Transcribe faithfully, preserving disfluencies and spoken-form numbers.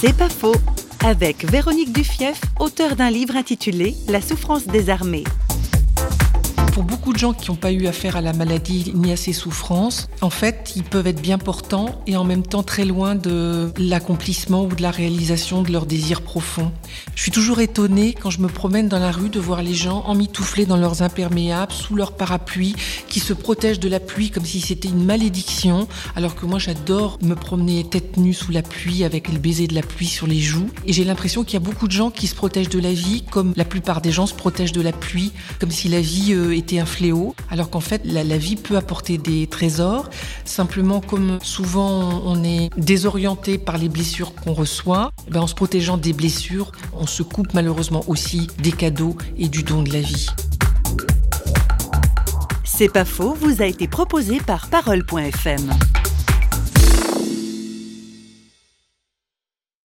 C'est pas faux, avec Véronique Dufief, auteure d'un livre intitulé « La souffrance des armées ». Pour beaucoup de gens qui n'ont pas eu affaire à la maladie ni à ses souffrances, en fait, ils peuvent être bien portants et en même temps très loin de l'accomplissement ou de la réalisation de leurs désirs profonds. Je suis toujours étonnée quand je me promène dans la rue de voir les gens emmitouflés dans leurs imperméables, sous leurs parapluies, qui se protègent de la pluie comme si c'était une malédiction, alors que moi j'adore me promener tête nue sous la pluie avec le baiser de la pluie sur les joues. Et j'ai l'impression qu'il y a beaucoup de gens qui se protègent de la vie comme la plupart des gens se protègent de la pluie, comme si la vie euh, était un fléau, alors qu'en fait la, la vie peut apporter des trésors. Simplement, comme souvent on est désorienté par les blessures qu'on reçoit, ben en se protégeant des blessures, on se coupe malheureusement aussi des cadeaux et du don de la vie. C'est pas faux vous a été proposé par Parole point F M.